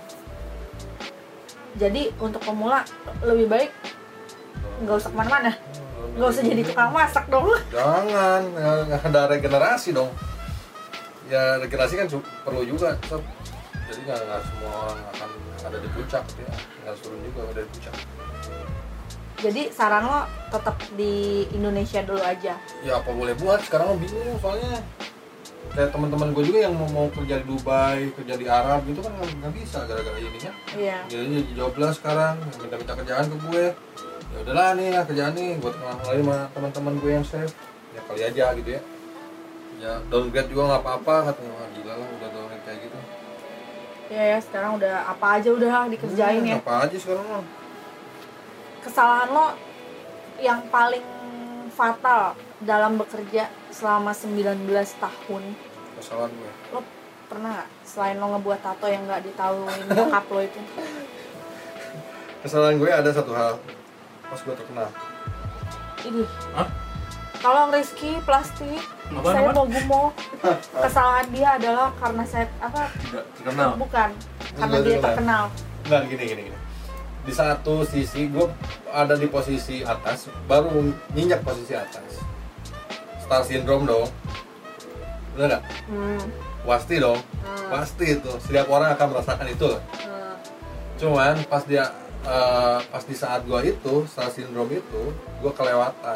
Jadi untuk pemula lebih baik nggak usah kemana-mana, Hmm, nggak usah jadi tukang masak dong. jangan, nggak ada regenerasi dong. Ya regenerasi kan su- perlu juga, sob. Jadi nggak nggak semua orang akan ada di puncak gitu ya, nggak turun juga ada di puncak. Jadi saran lo tetap di Indonesia dulu aja. Ya apa boleh buat, sekarang lo bingung soalnya. Kayak teman-teman gue juga yang mau, mau kerja di Dubai, kerja di Arab gitu kan nggak nggak bisa gara-gara ini kan. Iya. Jadi jadi jobless sekarang, minta-minta kerjaan ke gue. Ya udahlah nih ya kerjaan nih, buat kenal-kenalin sama teman-teman gue yang chef. Ya kali aja gitu ya. Ya downgrade juga nggak apa-apa, katanya wah gila lah udah downgrade kayak gitu. Ya, ya sekarang udah apa aja udah dikerjain Hmm, ya. Apa aja sekarang mah. Kesalahan lo yang paling fatal dalam bekerja selama sembilan belas tahun, Kesalahan gue. lo pernah nggak selain lo ngebuat tato yang nggak ditahuin bokap lo itu? Kesalahan gue ada satu hal. Pas gue terkenal. Ini Hah? kalau Rizky Plastik, Apa, saya apa? mau gumo. Kesalahan dia adalah karena saya apa? Tidak terkenal. Bukan, karena Tidak dia terkenal. terkenal. Nggak gini gini gini. Di satu sisi gue ada di posisi atas, baru nginjak posisi atas. Star syndrome dong. Bener nggak? Hmm. Pasti dong. Hmm. Pasti itu. Setiap orang akan merasakan itu. Hmm. Cuman pas dia eh, pas di saat gue itu star syndrome itu, gue kelewatan.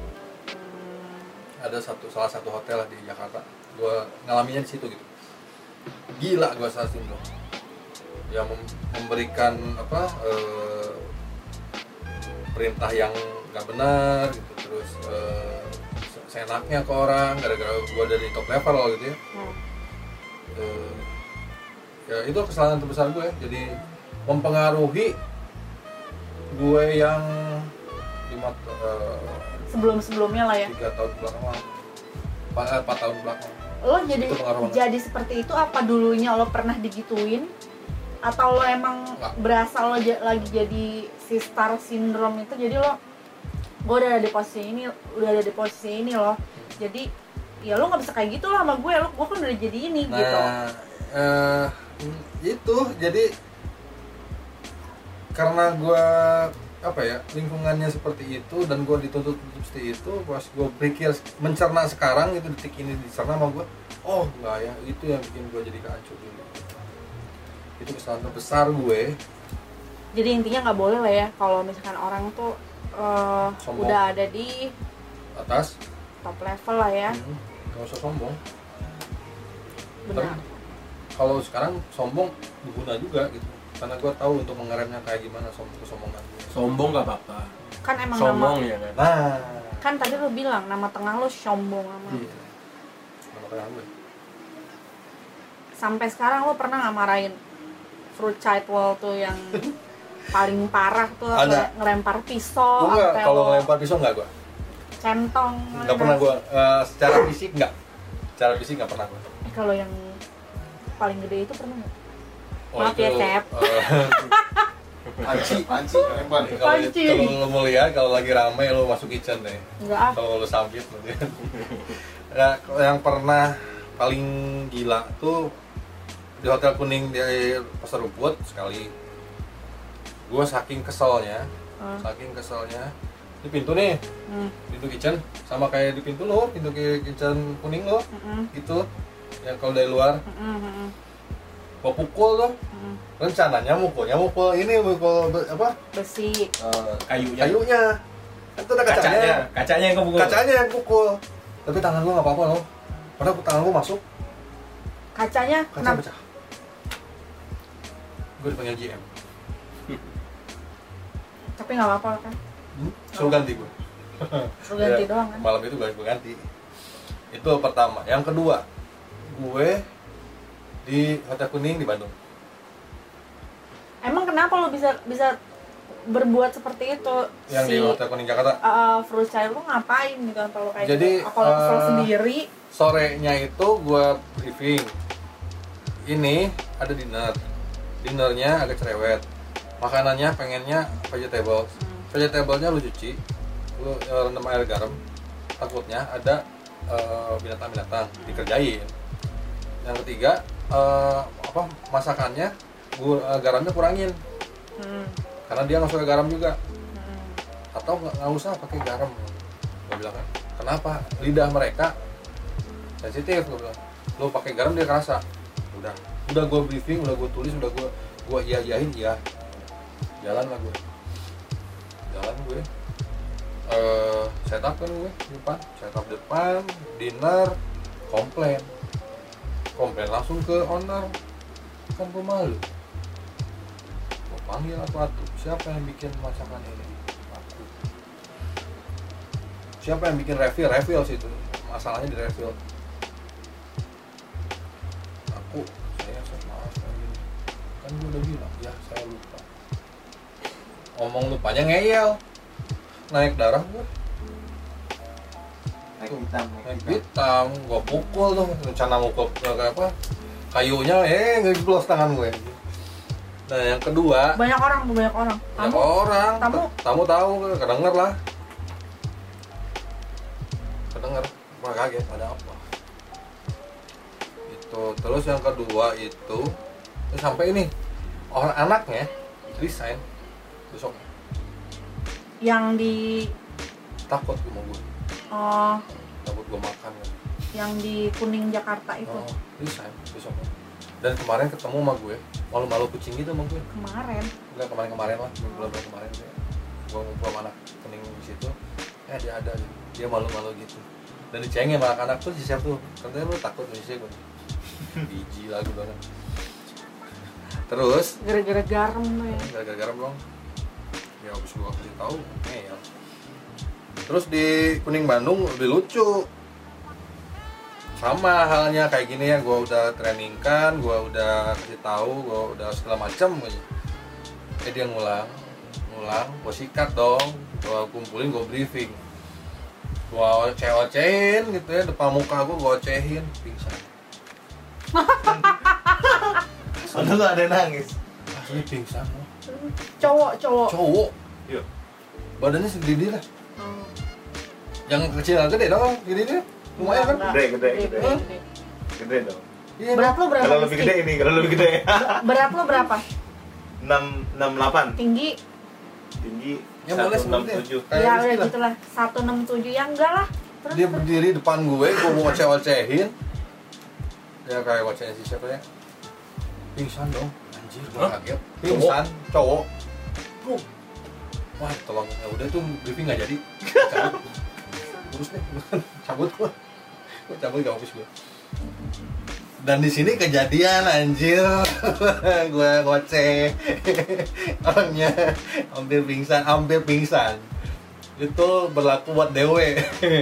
Ada satu salah satu hotel di Jakarta, gue ngalaminnya di situ gitu. Gila gue star syndrome. Yang mem- memberikan apa eh, perintah yang nggak benar gitu, terus eh, se- seenaknya ke orang gara-gara gue dari top level gitu ya. Hmm. Eh, ya itu kesalahan terbesar gue, jadi mempengaruhi gue yang lima eh, Sebelum-sebelumnya lah ya. tiga tahun belakang lah, empat, eh, empat tahun belakang. Lo jadi Itu pengaruh banget. jadi seperti itu apa dulunya lo pernah digituin atau lo emang Nggak. berasa lo ja- lagi jadi si star syndrome itu, jadi lo gue udah ada di posisi ini, udah ada di posisi ini lo, jadi ya lo nggak bisa kayak gitu lah sama gue, lo gue kan udah jadi ini gitu. Nah, eh, itu jadi karena gue apa ya, lingkungannya seperti itu dan gue dituntut seperti itu, pas gue pikir mencerna sekarang itu detik ini dicerna sama gue, oh enggak ya, itu yang bikin gue jadi kacau dulu. Itu kesalahan terbesar gue Jadi intinya nggak boleh lah ya kalau misalkan orang tuh uh, udah ada di atas top level lah ya. Hmm, gak usah sombong. Benar. Kalau sekarang sombong berguna juga gitu. Karena gue tahu untuk mengeremnya kayak gimana sombong kesombongan. Sombong nggak apa-apa. Kan emang Sombong nama, ya kan. Nah, kan tadi lu bilang nama tengah lu sombong amat. iya. Nama tengah gue. Sampai sekarang lu pernah nggak marahin Fruit Child Wall tuh yang paling parah tuh Ada. ngelempar pisau? Gue nggak, sampai kalau lo ngelempar pisau nggak gue. centong. Nggak pernah gue. Uh, secara fisik nggak. Secara fisik nggak pernah gue. Kalau yang paling gede itu pernah nggak? Oh, Maaf ya, Cep. Panci, panci, lempar. Kalau Panci. kalau lo mau lihat kalau lagi rame lo masuk kitchen deh. Enggak ah. Kalau lo sambit lo dia. Ya, yang pernah paling gila tuh di Hotel Kuning di Pasar Rumput sekali. Gue saking keselnya, Hmm. saking keselnya. Ini pintu nih, Hmm. pintu kitchen sama kayak di pintu lo, pintu kitchen kuning lo, Mm-mm. gitu. Ya kalau dari luar, Mm-mm, mm-mm, gua pukul tuh. mm-mm. Rencananya mukulnya mukul ini mukul be- apa? Besi. Eh, Kayunya. kayunya. Itu ada kacanya. Kacanya, kacanya yang kepukul. Kacanya yang pukul. Tapi tangan gua nggak apa-apa loh. Padahal tangan gua masuk, Kacanya kaca kenapa? pecah. Gua dipanggil G M. Tapi nggak apa-apa kan? Hmm? Suruh ganti gua. Lu ganti Ya, doang kan? malam itu gua ganti. Itu pertama. Yang kedua, gue di Hotel Kuning di Bandung. Emang kenapa lu bisa bisa berbuat seperti itu? Yang si di Hotel Kuning Jakarta. uh, Fruit Child lu ngapain gitu kalau kayak Jadi, gitu? Kalau kesel uh, sendiri, Sorenya itu gue briefing. Ini ada dinner. Dinernya agak cerewet. Makanannya pengennya vegetable. Vegetable-nya lu cuci, lu uh, rendam air garam. Takutnya ada uh, binatang-binatang dikerjain. Yang ketiga, uh, apa masakannya gua, uh, garamnya kurangin. hmm. Karena dia nggak suka garam juga. Hmm. Atau nggak nggak usah pakai garam. Gue bilang kan, kenapa lidah mereka sensitif? Gue bilang, lo pakai garam dia kerasa. Udah, udah gue briefing, udah gue tulis, udah gue gue iya iyain iya. Jalan lah gue, jalan gue. Uh, setup kan gue di depan, setup depan, dinner, komplain, komplain langsung ke owner. Kan gue malu. Gue panggil atu-atu, siapa yang bikin masakan ini? Aku. Siapa yang bikin refill? Refill sih itu, masalahnya di refill. Aku, saya maaf kayak gini. Kan gue udah bilang, ya saya lupa. Ngomong lupanya ngeyel, naik darah gue. Naik hitam, Naik hitam, gue pukul tuh, rencana mukul kayak apa? Kayunya, eh ngejeblos tangan gue. Nah yang kedua, banyak orang tuh banyak orang. banyak Kamu orang, tamu? tamu tahu, kedenger lah, kedenger, wah kaget ada apa? Itu terus yang kedua itu, terus sampai ini orang anaknya resign besok, yang di takut sama gue, oh, takut gue makan kan. yang di Kuning Jakarta itu Oh, resign besoknya. Dan kemarin ketemu sama gue, malu-malu kucing gitu sama gue. kemarin. Enggak kemarin-kemarin lah, bulan-bulan kemarin gue. Gue ngumpul sama anak Kuning di situ, eh dia ada, gitu. Dia malu-malu gitu. Dan dicengin sama anak-anak tuh si Chef tuh, katanya lu takut nih sih gue. Biji lagu banget. Terus, Gara-gara garam tuh ya. gara-gara garam dong. Ya habis gue kasih tahu, eh ya. Terus di Kuning Bandung lebih lucu. Sama halnya kayak gini ya, gue udah training kan, gue udah kasih tahu, gue udah segala macam aja. Eh dia ngulang, ngulang, gue sikat dong, gue kumpulin, gue briefing, gue oceh-ocehin gitu ya, depan muka gue, gue ocehin, pingsan. Padahal tuh ada yang nangis. Asli pingsan loh. Cowok, cowok. Cowok, Iya. badannya segede dia lah, Hmm. yang kecil aja gede dong, gede dia, lumayan kan? Enggak, Gede, gede, gede, gede. gede. Gede dong. Iya. Berat lu berapa? Kalau lebih Rizky? gede ini, kalau lebih gede. Berat lu berapa? enam enam delapan. Tinggi? Tinggi Ya boleh seratus enam sebenarnya. tujuh. Kayak Ya Rizky udah lah. gitulah. seratus enam puluh tujuh ya enggak lah. Terus Dia terus. berdiri depan gue, gue mau oceh-ocehin. Ya kayak ocehnya si siapa ya? Pingsan dong, anjir gue Hah? kaget. Pingsan, cowok. bro. Wah tolong, ya udah tuh briefing nggak jadi, cabut, terus nih, cabut gua, gua cabut ke office gua. Dan di sini kejadian anjir, gua ngoceh, orangnya hampir pingsan, hampir pingsan. Itu berlaku buat Dewe.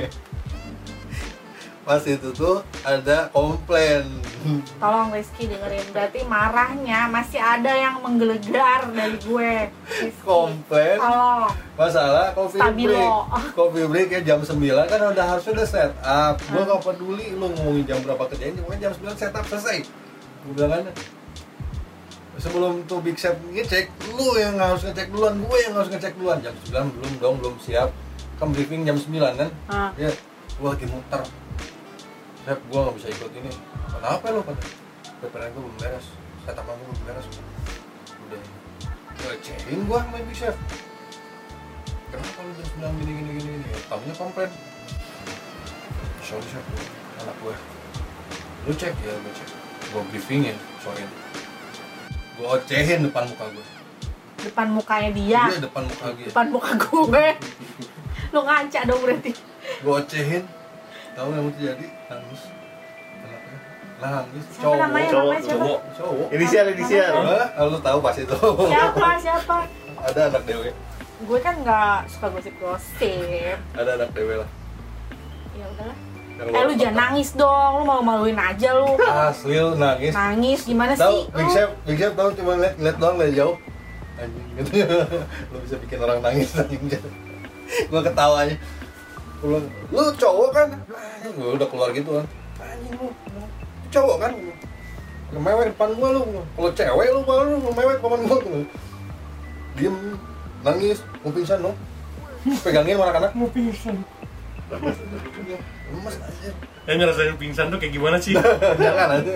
Pas itu tuh ada komplain. Tolong Rizky dengerin, berarti marahnya masih ada yang menggelegar dari gue. Rizky, Komplain tolong. masalah coffee Stabilo. break. Coffee break ya jam sembilan kan udah harus udah set up. Gua gak peduli lu ngomongin jam berapa kerjain, pokoknya jam sembilan set up selesai. Gua bilang kan sebelum tuh Big Chef ngecek, lu yang harus ngecek duluan, gue yang harus ngecek duluan. Jam sembilan belum dong, belum siap. Kan briefing jam sembilan kan? Ah. Ya, gua lagi muter. Chef, gua gak bisa ikut ini. Kenapa lo pada? Preparan gua belum beres, setup gua belum beres. Udah ngecekin gua sama Big Chef. Kenapa lu jam sembilan gini gini gini gini? Tamunya komplain. Sorry Chef, anak gua. Lu cek ya, gua cek. Gua briefingin soalnya. Gua ocehin depan muka gua. Depan mukanya dia, Iya depan muka dia. depan muka gue. Lu ngaca dong berarti. Gua ocehin. Tahu yang terjadi? Nangis. Anaknya nangis. Siapa Cowok. namanya? Cowok, Namanya siapa? Cowok. Cowok. Inisial, inisial. Hah? Lu tahu pas itu. Siapa? Siapa? Ada anak dewe. Gue kan nggak suka gosip-gosip. Ada anak dewe lah. Ya udahlah. Yang Eh lu jangan nangis dong, lu malu-maluin aja lu. Asli lu nangis. Nangis gimana Tahu sih? Big Lu? Chef, Big Chef tahu cuma lihat lihat doang dari jauh. Anjing gitu. Lu bisa bikin orang nangis anjing. Gua ketawa aja. Gua bilang, lu cowok kan? Anjing, gua udah keluar gitu kan. Anjing lu. lu Cowok kan? Lu mewek depan gua lu. Kalau cewek lu baru lu mewek depan gua. Diem nangis, mau pingsan lo. Pegangin anak-anak. Mau pingsan. Lemes aja. Ya ngerasain pingsan tuh kayak gimana sih? Jangan aja.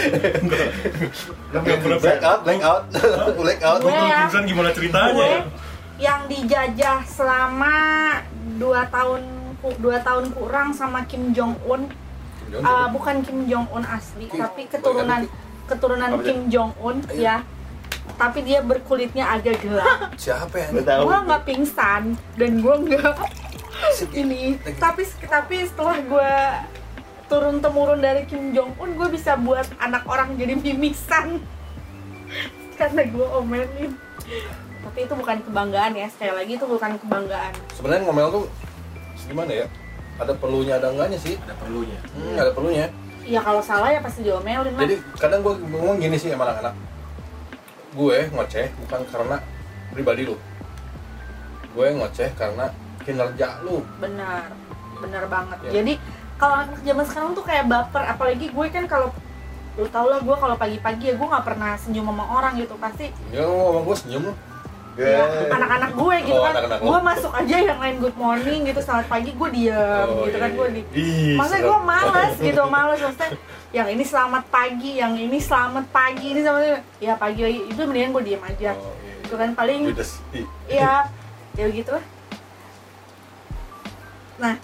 Nggak pernah Black out, black out, black out. Gue ya. Pingsan gimana ceritanya Gue ya? yang dijajah selama dua tahun dua tahun kurang sama Kim Jong Un. Uh, bukan Kim Jong Un asli, Kim- tapi keturunan keturunan Apa Kim Jong Un ya. Tapi dia berkulitnya agak gelap. Siapa ya? Udah tahu. Gue nggak pingsan dan gue nggak ini. Tapi tapi setelah gue turun temurun dari Kim Jong Un, gue bisa buat anak orang jadi mimisan karena gue omelin. Tapi itu bukan kebanggaan ya, sekali lagi itu bukan kebanggaan. Sebenarnya ngomel tuh gimana ya? Ada perlunya ada enggaknya sih? Ada perlunya. Hmm, ada perlunya. Ya kalau salah ya pasti diomelin lah. Jadi kadang gue ngomong gini sih sama anak-anak. Gue ngoceh bukan karena pribadi lu. Gue ngoceh karena kinerja lu. Benar, benar banget. Ya. Jadi kalau anak zaman sekarang tuh kayak baper, apalagi gue kan kalau lu tau lah gue kalau pagi-pagi ya gue nggak pernah senyum sama orang gitu pasti. Ya ngomong gue senyum lu. Ya, anak-anak gue gitu Oh, kan, anak-anak lo. gue masuk aja yang lain good morning gitu, selamat pagi gue diem Oh, gitu iya, kan gue iya. di. Ih, Masa serem. gue males gitu, males maksudnya. Yang ini selamat pagi, yang ini selamat pagi, ini sama ya pagi lagi itu mendingan gue diem aja. Oh, iya. Itu kan paling, Judes. Ih. ya, ya gitu lah. Nah,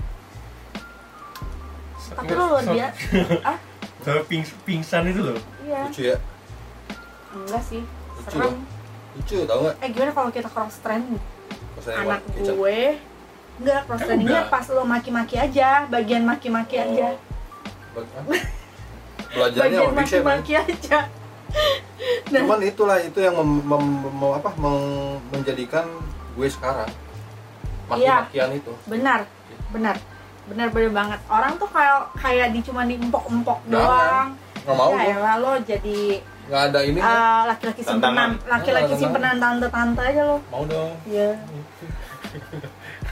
tapi lo luar biasa, ah, Sama ping pingsan itu loh. iya, Lucu ya? enggak sih, Lucu serem. Lucu tau nggak? Eh gimana kalau kita cross training? Kosannya Anak Wan Kicap. gue enggak cross Eh, trainingnya udah. pas lo maki-maki aja, bagian maki-maki Oh. aja, Bag- apa? Belajarnya bagian sama Big Chef ya? maki-maki aja. Nah, Cuman itulah itu yang mem, mem- mem- apa, meng- menjadikan gue sekarang maki-makian itu. benar, benar, benar benar banget. Orang tuh kayak kayak di cuma diempok-empok Jangan. doang. Nggak mau Ya gue. elah lo jadi Nggak ada ini. uh, laki-laki Tantangan. simpenan, laki-laki Tantangan. simpenan tante-tante aja lo. Mau dong. Iya.